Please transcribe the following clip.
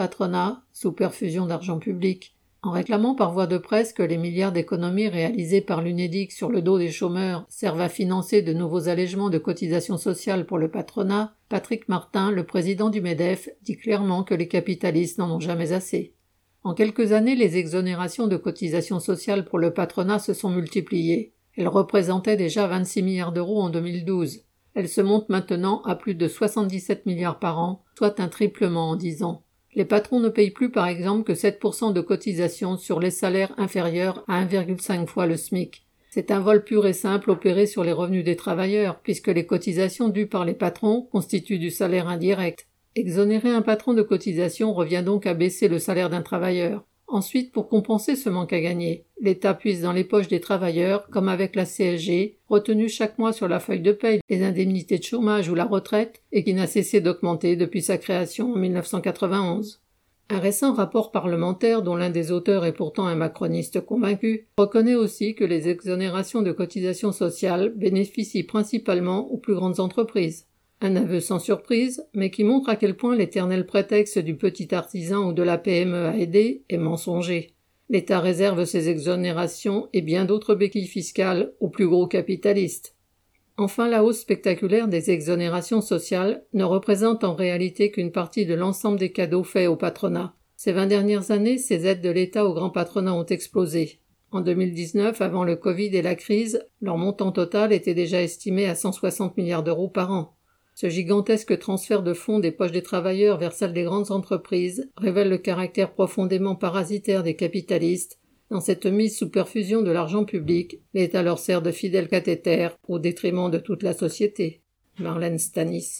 patronat sous perfusion d'argent public. En réclamant par voie de presse que les milliards d'économies réalisées par l'Unédic sur le dos des chômeurs servent à financer de nouveaux allègements de cotisations sociales pour le patronat, Patrick Martin, le président du MEDEF, dit clairement que les capitalistes n'en ont jamais assez. En quelques années, les exonérations de cotisations sociales pour le patronat se sont multipliées. Elles représentaient déjà 26 milliards d'euros en 2012. Elles se montent maintenant à plus de 77 milliards par an, soit un triplement en 10 ans. Les patrons ne payent plus par exemple que 7% de cotisations sur les salaires inférieurs à 1,5 fois le SMIC. C'est un vol pur et simple opéré sur les revenus des travailleurs, puisque les cotisations dues par les patrons constituent du salaire indirect. Exonérer un patron de cotisations revient donc à baisser le salaire d'un travailleur. Ensuite, pour compenser ce manque à gagner, l'État puise dans les poches des travailleurs, comme avec la CSG, retenue chaque mois sur la feuille de paie, les indemnités de chômage ou la retraite, et qui n'a cessé d'augmenter depuis sa création en 1991. Un récent rapport parlementaire, dont l'un des auteurs est pourtant un macroniste convaincu, reconnaît aussi que les exonérations de cotisations sociales bénéficient principalement aux plus grandes entreprises. Un aveu sans surprise, mais qui montre à quel point l'éternel prétexte du petit artisan ou de la PME à aider est mensonger. L'État réserve ses exonérations et bien d'autres béquilles fiscales aux plus gros capitalistes. Enfin, la hausse spectaculaire des exonérations sociales ne représente en réalité qu'une partie de l'ensemble des cadeaux faits au patronat. Ces 20 dernières années, ces aides de l'État au grand patronat ont explosé. En 2019, avant le Covid et la crise, leur montant total était déjà estimé à 160 milliards d'euros par an. Ce gigantesque transfert de fonds des poches des travailleurs vers celles des grandes entreprises révèle le caractère profondément parasitaire des capitalistes. Dans cette mise sous perfusion de l'argent public, l'État leur sert de fidèle cathéter au détriment de toute la société. Marlène Stanis.